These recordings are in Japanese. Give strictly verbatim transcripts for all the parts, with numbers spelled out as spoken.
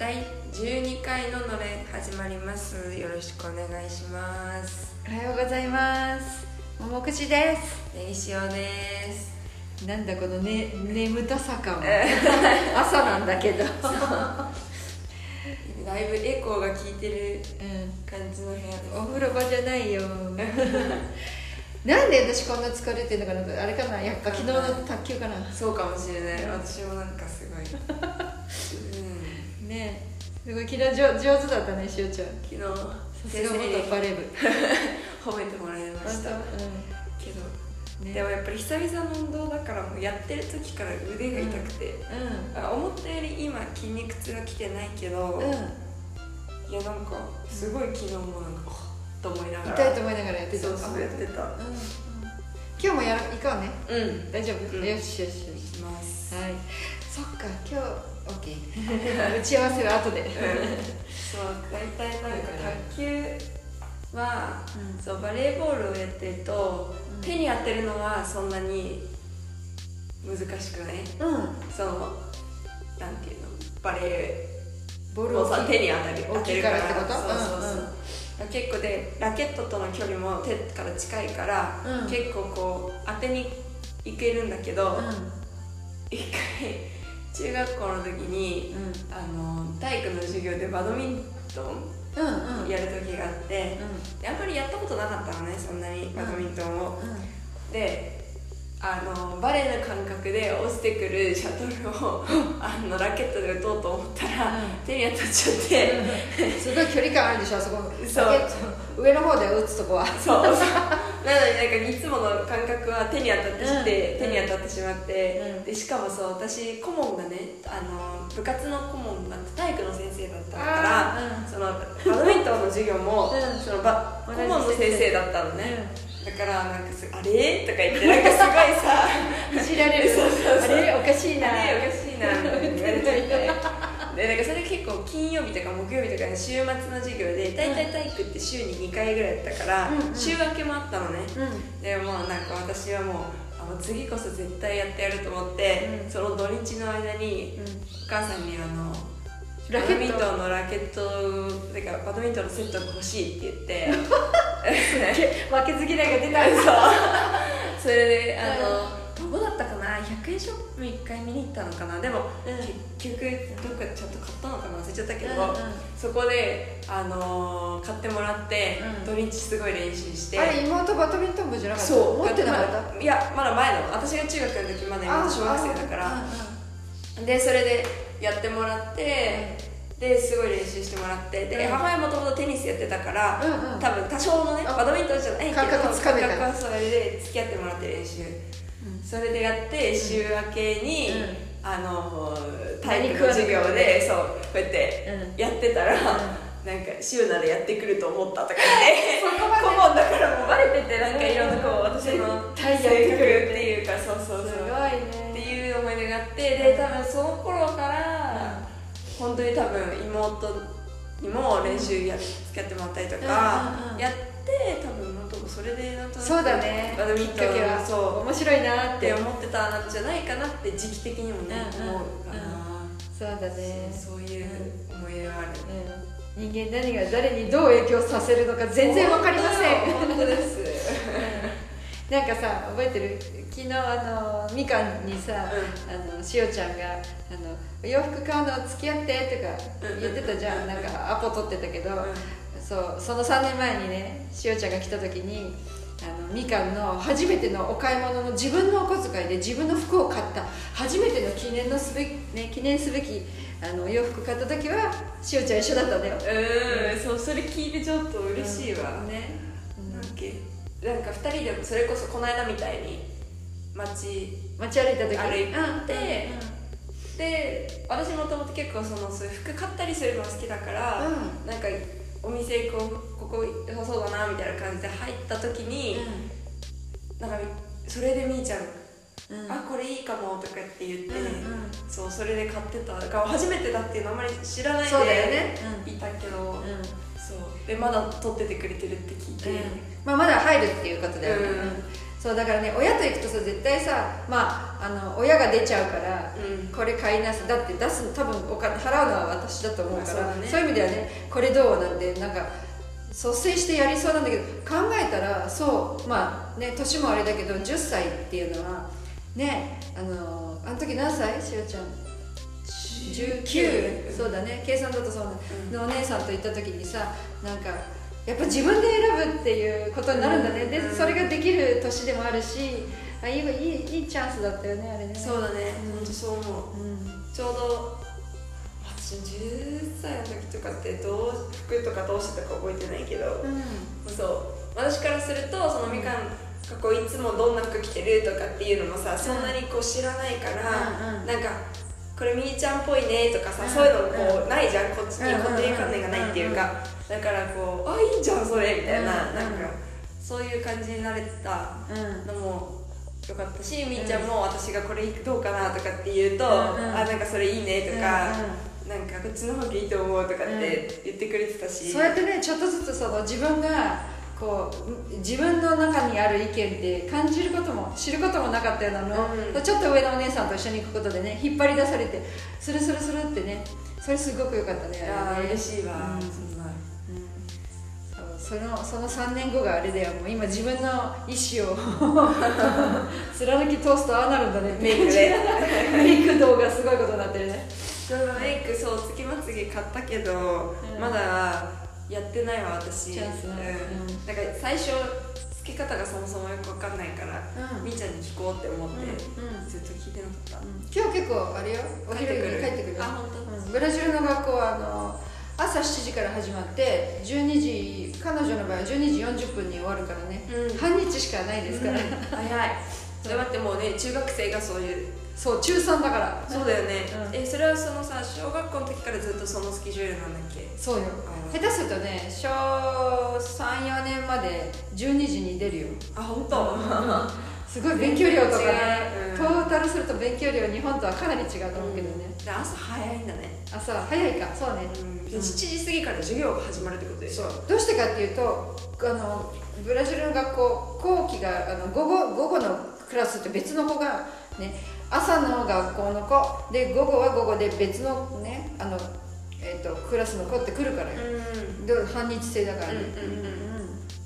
だいじゅうにかいののれ始まります。よろしくお願いします。 おはようございます。ももくじです。 ねぎしおです。 なんだこの、ね、眠たさ感は朝なんだけどだいぶエコーが効いてる感じの部屋です、 うん、お風呂場じゃないよなんで私こんな疲れてるのかなと、あれかな、やっぱ昨日の卓球かな。 そうかもしれない。私もなんかすごい、うん、 ねえ、すごい昨日上上手だったね、しおちゃん。 昨日さすが元バレー部褒めてもらいました、うん、けど、ね、でもやっぱり久々の運動だからもうやってる時から腕が痛くて、うんうん、思ったより今筋肉痛が来てないけど、うん、いやなんかすごい昨日もなんかと思いながら痛いと思いながらやってた。 そうそうやってた、うんうん、 今日もやるいかんね。 うん大丈夫、うん、よしよしよしします。 はい、そっか今日 OK 打ち合わせは後で、うん、 そう大体なんか卓球は、うん、そうバレーボールをやってると、うん、手に当てるのはそんなに難しくない、うん、そのなんていうのバレーボールをさ手に当たる大きいからってこと。 そうそうそう、うんうん、結構でラケットとの距離も手から近いから、うん、結構こう当てにいけるんだけど、うん、一回中学校の時に、うん、あの体育の授業でバドミントンやる時があって、うんうん、あんまりやったことなかったのね、そんなにバドミントンを、うんうん、であのバレーの感覚で落ちてくるシャトルをあのラケットで打とうと思ったら、うん、手に当たっちゃって、 うん、すごい距離感あるでしょ、あそこそう上の方で打つとこはそうそうなのになんかいつもの感覚は手に当たってして、うん、手に当たってしまって、うん、でしかもそう私顧問がね、あの部活の顧問が体育の先生だったから、うん、そのバドミントンの授業も、うん、そのバ顧問の先生だったのね、うん、だからなんかすあれとか言ってなんかすごいさいじられるそうそうそうあれおかしいなあれおかしいなって言われちゃってでなんかそれ結構金曜日とか木曜日とかの週末の授業で大体体育って週ににかいぐらいだったから、うん、週明けもあったのね、うん、でもうなんか私はもうあの次こそ絶対やってやると思って、うん、その土日の間に、うん、お母さんにあのバドミントンのラケットてかバドミントンのセットが欲しいって言って負けず嫌いが出たんそうそれであの、うん、どこだったかな、ひゃくえんショップいっかい見に行ったのかな、でも、うん、結局どっかちょっと買ったのかな忘れちゃったけど、うんうん、そこで、あのー、買ってもらって、うん、土日すごい練習して。 あれ妹バドミントン部じゃなかった？ そう持ってなかった、 ま、いやまだ前の私が中学の時まだ今小学生だから、でそれでやってもらって、うん、ですごい練習してもらって、で、うん、母親もともとテニスやってたから、うんうん、多分多少のねバドミントンじゃないけど感覚つかめた、 感覚はそれで付き合ってもらって練習、うん、それでやって週明けに、うん、あの体育の授業でそうこうやってやってたら、うん、なんか週ならやってくると思ったとか言って顧問だからもうバレてて、なんかいろんなこう私の性格っていうかそうそうそうすごいねっていう思い出があって、で多分その頃から本当に多分妹にも練習や付き合ってもらったりとかやって、多分妹もそれでなんとなくそうだねバドミントンはそう面白いなって思ってたんじゃないかなって時期的にもね、うんうん、思うかな、 うん、そうだね、 そう、そういう思い出がある、 うん、人間何が誰にどう影響させるのか全然わかりません本当ですなんかさ覚えてる、昨日あのみかんにさ、うん、あのしおちゃんがあのお洋服買うの付き合ってとか言ってたじゃん、なんかアポ取ってたけど、うん、そうそのさんねんまえにねしおちゃんが来た時にあのみかんの初めてのお買い物の自分のお小遣いで自分の服を買った初めての記念のすべき、ね、記念すべきあのお洋服買った時はしおちゃん一緒だったんだよ。 うん、そうそれ聞いてちょっと嬉しいわ、うん、ね、うん、なんかなんかふたりでもそれこそこの間みたいに街街歩いた時歩いて、うん、で私もともと結構そのそういう服買ったりするの好きだから、うん、なんかお店こうここ良さそうだなみたいな感じで入った時に、うん、なんかそれでみーちゃん、うん、あこれいいかもとかって言って、うんうん、そうそれで買ってただから初めてだっていうのあまり知らないでそうだよね、 うん、いたけど、うん、そうでまだ撮っててくれてるって聞いて、 うんまあ、まだ入るっていうことだよね、うん、 そうだからね、親と行くとさ絶対さ、まあ、あの親が出ちゃうから、うん、これ買いなさい、だって出す多分お金払うのは私だと思うから、まあ そうだね、そういう意味ではね、これどうなんてなんか率先してやりそうなんだけど、考えたらそうまあね、年もあれだけどじゅっさいっていうのはね、あのあの時何歳しおちゃんじゅうきゅう、そうだね、計算だとそうのお姉さんと行った時にさ、なんかやっぱ自分で選ぶっていうことになるんだね、うん、でそれができる年でもあるし、あいいいいいいチャンスだったよね、あれね。 そうだね、うん、本当そう思う、うん、ちょうど私じゅっさいの時とかってどう服とかどうしてたか覚えてないけど、うん、そう私からするとそのみかんがこういつもどんな服着てるとかっていうのもさ、そんなにこう知らないから、うんうん、なんかこれみーちゃんっぽいねとかさ、うん、そういうのこうないじゃん、こっちに固定観念がないっていうか、だからこうあいいじゃんそれみたいな、うん、なんかそういう感じになれたのもよかったし、みーちゃんも私がこれどうかなとかって言うと、うん、あなんかそれいいねとか、うんうん、なんかこっちの方がいいと思うとかって言ってくれてたし、うん、 そうやってねちょっとずつその自分がこう自分の中にある意見って感じることも知ることもなかったようなの、うん、ちょっと上のお姉さんと一緒に行くことでね、引っ張り出されてスルスルスルってね、それすごく良かったね。 ああ、嬉しいわ、うん、そんな、 うん、そうそのそのさんねんごがあれだよ、もう今自分の意思を貫き通すとああなるんだね、 メイクでメイク動画すごいことになってるね。 メイクそう月まつげ買ったけど、うん、まだやってないわ私。 チャンスね、 うん、なんか最初つけ方がそもそもよく分かんないから、うん、みーちゃんに聞こうって思って、うん、ずっと聞いてなかった、うん、 今日結構あれよ、お昼に帰ってくる。 あ、本当、 うん、ブラジルの学校はあの朝しちじから始まってじゅうにじ、彼女の場合はじゅうにじよんじゅっぷんに終わるからね、うん、半日しかないですから、うん、 早い。それ待って、もうね中学生がそういう、 そう中さんだから。 そうだよね、うん、えそれはそのさ小学校の時からずっとそのスケジュールなんだっけ。 そうよ、下手するとね小さん、よねんまでじゅうにじに出るよ。 あ、本当、うん、 すごい勉強量とかね、うん、トータルすると勉強量日本とはかなり違うと思うけどね、 うん、で朝早いんだね。 朝早いか、そうね、 うん、しちじ過ぎから授業が始まるってことでしょ。 そうどうしてかっていうと、あのブラジルの学校後期があの午後、午後のクラスって別の子がね、朝の学校の子で午後は午後で別のね、あの、えー、とクラスの子って来るからよ、うん、で半日制だからね、うんうんうんうん、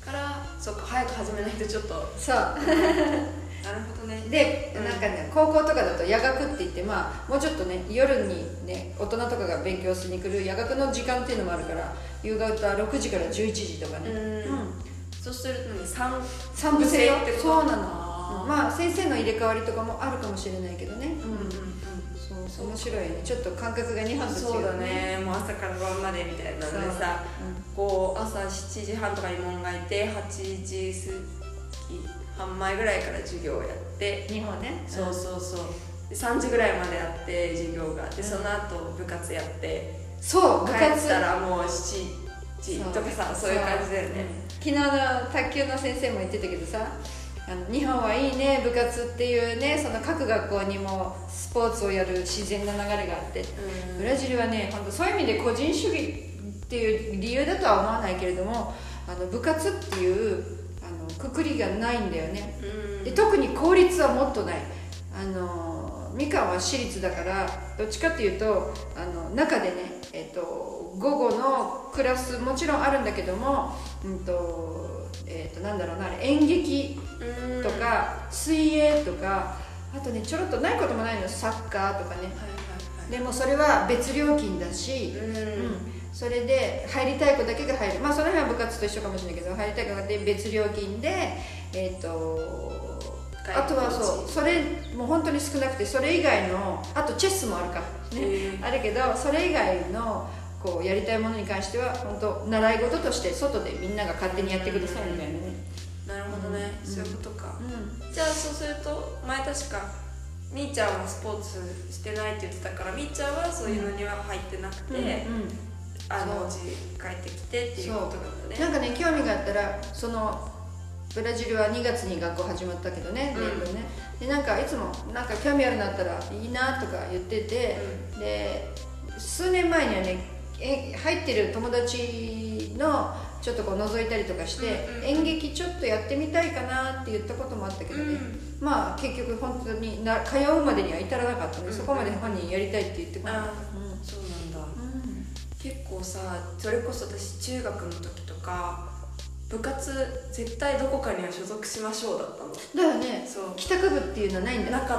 からそっか早く始めないとちょっとそうなるほどね。 で、うん、なんかね高校とかだと夜学って言って、まあもうちょっとね夜にね大人とかが勉強しに来る夜学の時間っていうのもあるから、夕方ろくじからじゅういちじとかね、うん、うん、 そうするとね三三部制ってこと。そうなの。まあ先生の入れ替わりとかもあるかもしれないけどね、うんうんうん、そう面白いね。ちょっと感覚がにはんと違うね。 そうだね、もう朝から晩までみたいなのでさ、うん、こう朝しちじはんとかに門がいてはちじ過ぎ半前ぐらいから授業をやって、 日本ね、 そうそうそうでさんじぐらいまでやって授業があって、その後部活やって、 そう部活帰ったらもうしちじとかさ、そういう感じだよね。 昨日の卓球の先生も言ってたけどさ、あの日本はいいね部活っていうね、その各学校にもスポーツをやる自然な流れがあって、うん、ブラジルはね本当そういう意味で個人主義っていう理由だとは思わないけれども、あの部活っていうあのくくりがないんだよね、うん、で特に公立はもっとない。あのみかんは私立だからどっちかっていうとあの中でね、えっと、午後のクラスもちろんあるんだけども、うんとえー、となんだろうな、演劇とか水泳とか、あとねちょろっとないこともないの、サッカーとかね、はいはいはい、でもそれは別料金だし、うん、うん、それで入りたい子だけが入る、まあその辺は部活と一緒かもしれないけど、入りたい子が別料金で、えー、とあとはそうそれもう本当に少なくて、それ以外のあとチェスもあるか、ね、あるけどそれ以外のこうやりたいものに関しては本当習い事として外でみんなが勝手にやってくださいみたいなね。 なるほどね、うん、そういうことか、うん、じゃあそうすると前確かみーちゃんはスポーツしてないって言ってたから、みーちゃんはそういうのには入ってなくて、うんうん、あのうち帰ってきてっていうことなんだね。 なんかね興味があったら、そのブラジルはにがつに学校始まったけどね、年分ね、でなんかいつもなんか興味あるんだったらいいなとか言ってて、うん、で数年前にはねえ入ってる友達のちょっとこう覗いたりとかして、うんうん、演劇ちょっとやってみたいかなって言ったこともあったけどね、うん、まあ結局本当にな通うまでには至らなかったので、うん、そこまで本人やりたいって言ってこなかった、うん、 そうなんだ、うん、結構さそれこそ私中学の時とか部活絶対どこかには所属しましょうだったのだよね。そう帰宅部っていうのはないんだ。 なかった、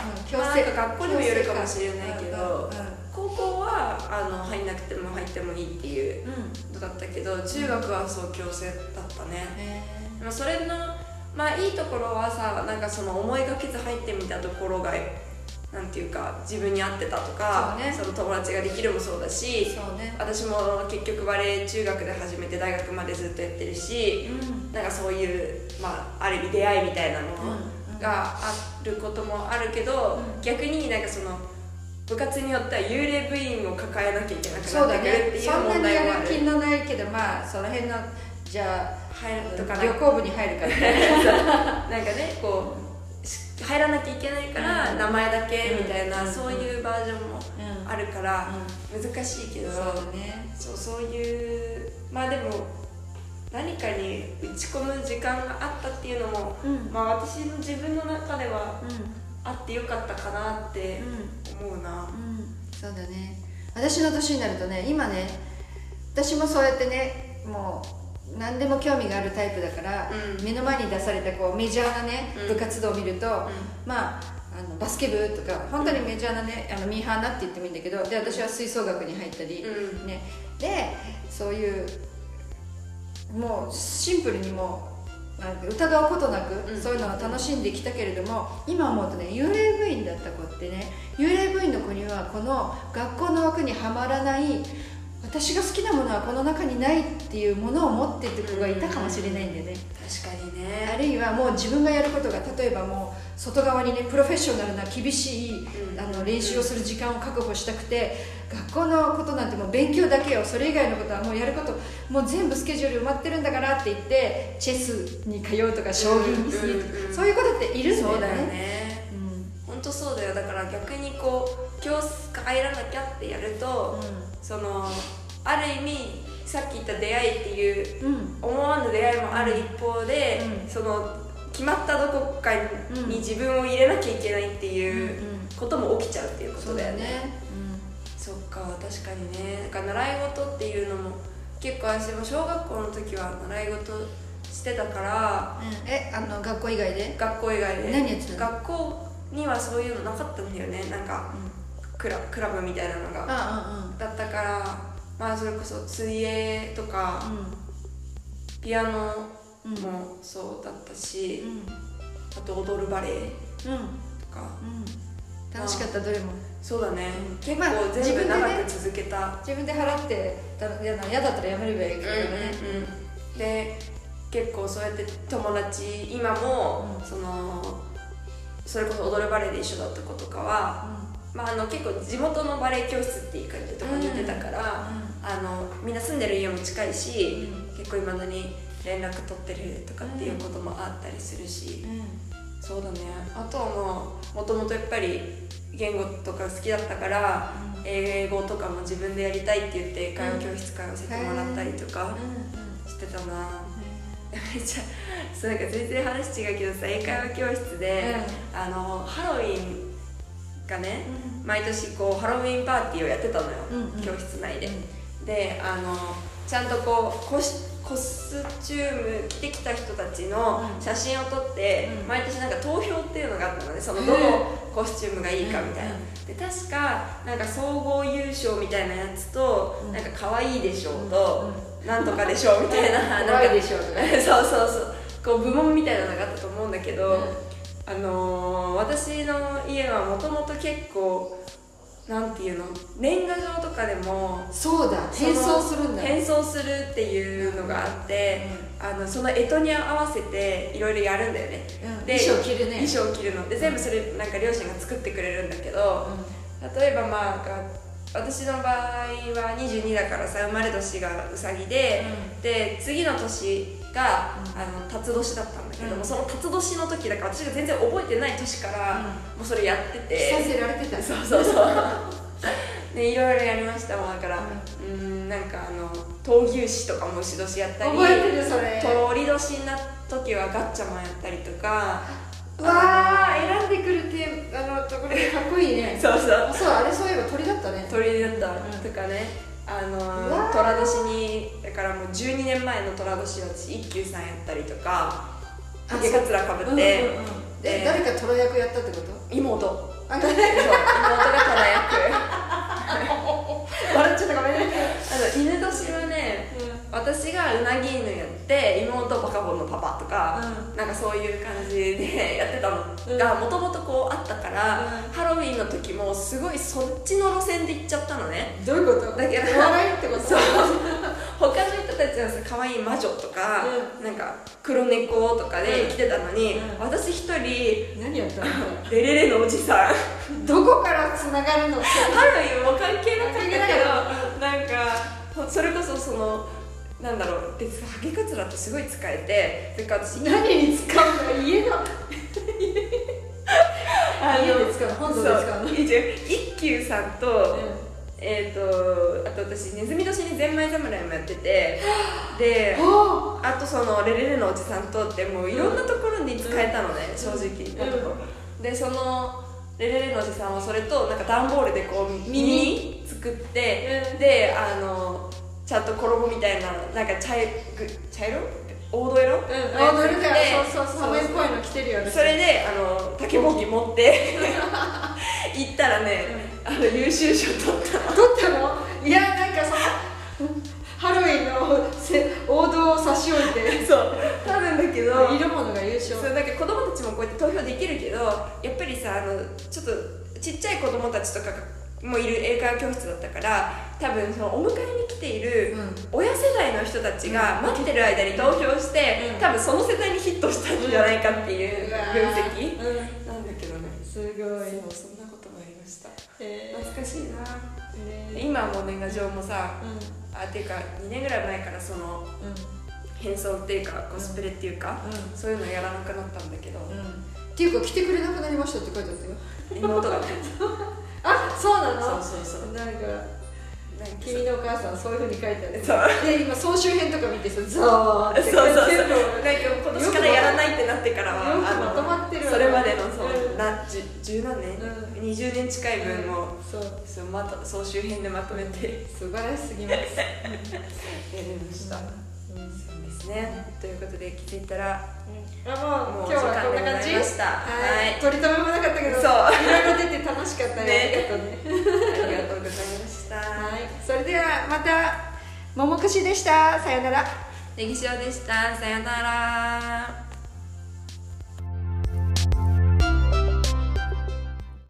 うん、強制、まあ、学校にもよるかもしれないけど、うんうん、高校はあの入んなくても入ってもいいっていうのだったけど、うん、中学はそう強制だったね、うん、でもそれのまあいいところはさなんかその思いがけず入ってみたところがなんていうか自分に合ってたとか そ,、ね、その友達ができるもそうだしそう、ね、私も結局バレエ中学で始めて大学までずっとやってるし、うん、なんかそういう、まあ、ある意味出会いみたいなものがあることもあるけど、うん、逆になんかその部活によっては幽霊部員を抱えなきゃいけなくなってくるっていう問題もある。そうだね、そんなにやる気のないけどまあその辺のじゃあ入るとか旅行部に入るからなんかねこう入らなきゃいけないから名前だけみたいな、うん、そういうバージョンもあるから難しいけど、うんうん、そうだね、そう、そういうまあでも何かに打ち込む時間があったっていうのも、うん、まあ私の自分の中ではあってよかったかなって思うな、うんうん、 そうだね。私の年になるとね今ね私もそうやってねもう何でも興味があるタイプだから、うん、目の前に出されたこうメジャーなね、うん、部活動を見ると、うん、まああのバスケ部とか本当にメジャーなねあのミーハーなって言ってもいいんだけどで私は吹奏楽に入ったり、うんね、でそういうもうシンプルにもう疑うことなく、うん、そういうのを楽しんできたけれども今思うとね幽霊部員だった子ってね幽霊部員の子にはこの学校の枠にはまらない私が好きなものはこの中にないっていうものを持っている子がいたかもしれないんだよね、 うん、確かにね。 あるいはもう自分がやることが例えばもう外側にねプロフェッショナルな厳しい、うん、あの練習をする時間を確保したくて学校のことなんてもう勉強だけよそれ以外のことはもうやることもう全部スケジュール埋まってるんだからって言ってチェスに通うとか将棋にするとか、うんうんうん、そういうことっているんだよね。 そうだよね、うん、本当そうだよ。だから逆にこう教室入らなきゃってやると、うん、そのある意味さっき言った出会いっていう、うん、思わぬ出会いもある一方で、うん、その決まったどこかに自分を入れなきゃいけないっていうことも起きちゃうっていうことだよね、うん、そっか確かにね。なんか習い事っていうのも結構私も小学校の時は習い事してたから、 うん、えあの学校以外で学校以外で何やってたの？ 学校にはそういうのなかったんだよね。なんか、うん、クラ、クラブみたいなのがあ、うんうん、 だったからまあそれこそ水泳とか、うん、ピアノもそうだったし、うん、あと踊るバレエとか、 うんうん、楽しかった、まあ、どれもそうだね、うん、結構全部長く続けた、 まあ、自分で、ね、自分で払って嫌だったらやめればいいからね、 うんうんうん、で結構そうやって友達今も、うん、そのそれこそ踊るバレエで一緒だった子とかは、うんまあ、あの結構地元のバレエ教室っていう感じでとこに行ってたから、うん、あのみんな住んでる家も近いし、うん、結構いまだに連絡取ってるとかっていうこともあったりするし、うん、そうだね。あとはもともとやっぱり言語とか好きだったから、うん、英語とかも自分でやりたいって言って英会話教室通わせてもらったりとかしてたな、うんうん、めっちゃそうなんか全然話違うけどさ英会話教室で、うん、あのハロウィンがね、うん、毎年こうハロウィンパーティーをやってたのよ、うんうん、教室内で、うん、であのちゃんとこうコス、コスチューム着てきた人たちの写真を撮って、うん、毎年なんか投票っていうのがあったのね。そのどのコスチュームがいいかみたいな、うん、で確かなんか総合優勝みたいなやつと、うん、なんか可愛いでしょうと、うん、なんとかでしょうみたいな可愛いでしょうとかそうそうそうこう部門みたいなのがあったと思うんだけど、うんあのー、私の家はもともと結構なんていうの年賀状とかでもそうだ変装するんだ変装するっていうのがあって、うん、あのその干支に合わせていろいろやるんだよね、 うん、で衣装着るね衣装着るので全部それなんか両親が作ってくれるんだけど、うん、例えばまあ私の場合はにじゅうにだからさ生まれ年がうさぎで、うん、で次の年が、うん、あの辰年だったんだけども、うん、その辰年の時だから私が全然覚えてない年から、うん、もうそれやっててさせられてたそうそうそうでいろいろやりましたもん。だからうん、なんかあの闘牛士とかも牛年やったり、 覚えてるそれ。 鳥年になった時はガッチャマンやったりとか。 うわー、選んでくるってあのところでかっこいいね。 そうそう、 そう、あれそういえば鳥だったね。 鳥だった、 うん、 とかね、あの寅年に、だからもうじゅうにねんまえの寅年私一休さんやったりとか、ハゲカツラかぶって、うんうんうん、 え、誰か虎役やったってこと？ 妹。 あ、 そう、妹が虎役。 笑っちゃった、ごめんね。 あの犬年はね、うん、私がうなぎ犬やって妹バカボンのパパとか、うん、なんかそういう感じでやってたのがもともとこうあったから、うん、ハロウィンの時もすごいそっちの路線で行っちゃったのね。 どういうこと？ だけど笑いってこと？ そう他の人たちはさ、可愛い魔女とか、うん、なんか黒猫とかで来てたのに、うん、私一人何やったの？ レレレのおじさん。 どこからつながるの？ ハロウィンも関係なかったけど、なんかそれこそそのなんだろう、でハゲカツラってすごい使えて、それから私何に使うの？家の家で使うの？本堂で使うの？ 一休さんと、うん、えーとあと私ネズミ年にゼンマイ侍もやってて、であとそのレレレのおじさんとってもういろんなところに使えたのね、うん、正直、うん、でそのレレレのおじさんはそれとなんか段ボールでこう耳作って、うん、であのちゃんと衣みたいななんか茶色茶色黄土色、うん、 黄土色で、そうそう、サメっぽいの着てるよね。 それであの竹ぼうき持って行ったらね、うん、あの優秀賞取ったの。 取ったの？いや、なんかそのハロウィンの王道を差し置いて、 そう多分だけど色物が優勝。 そう、なんか子供たちもこうやって投票できるけど、やっぱりさ、あのちょっとちっちゃい子供たちとかもいる英会話教室だったから、多分そのお迎えに来ている親世代の人たちが待ってる間に投票して、うん、多分その世代にヒットしたんじゃないかっていう分析、うん、なんだけどね。 すごい。 そう、そんなこともありました。 えー、 懐かしいな。えー、今も年賀状もさ、うん、あっていうかにねんぐらい前からその、うん、変装っていうかコスプレっていうか、うん、そういうのやらなくなったんだけど、うん、 っていうか来てくれなくなりましたって書いてあったよ。 妹があ、そうなの？ そうそうそう。 なんか君のお母さんそういうふうに書いてある。で今総集編とか見てさ、ザーってそうそうそう。なんか今年からやらないってなってからはよくまとまってるわ。 それまでのそう、うん、な十十何年、うん、にじゅうねん近い分を、うん、そうそうまた総集編でまとめて素晴らしすぎます。やりました。うん、そうですね。ということで気づいたら、 うん、あもう今日はこんな感じ。 はい。 取り留めもなかったけど、そういろいろ出て楽しかったね。 ありがとうございました。 はい。それではまたももくしでした。さよなら。 ねぎしおでした。さよなら。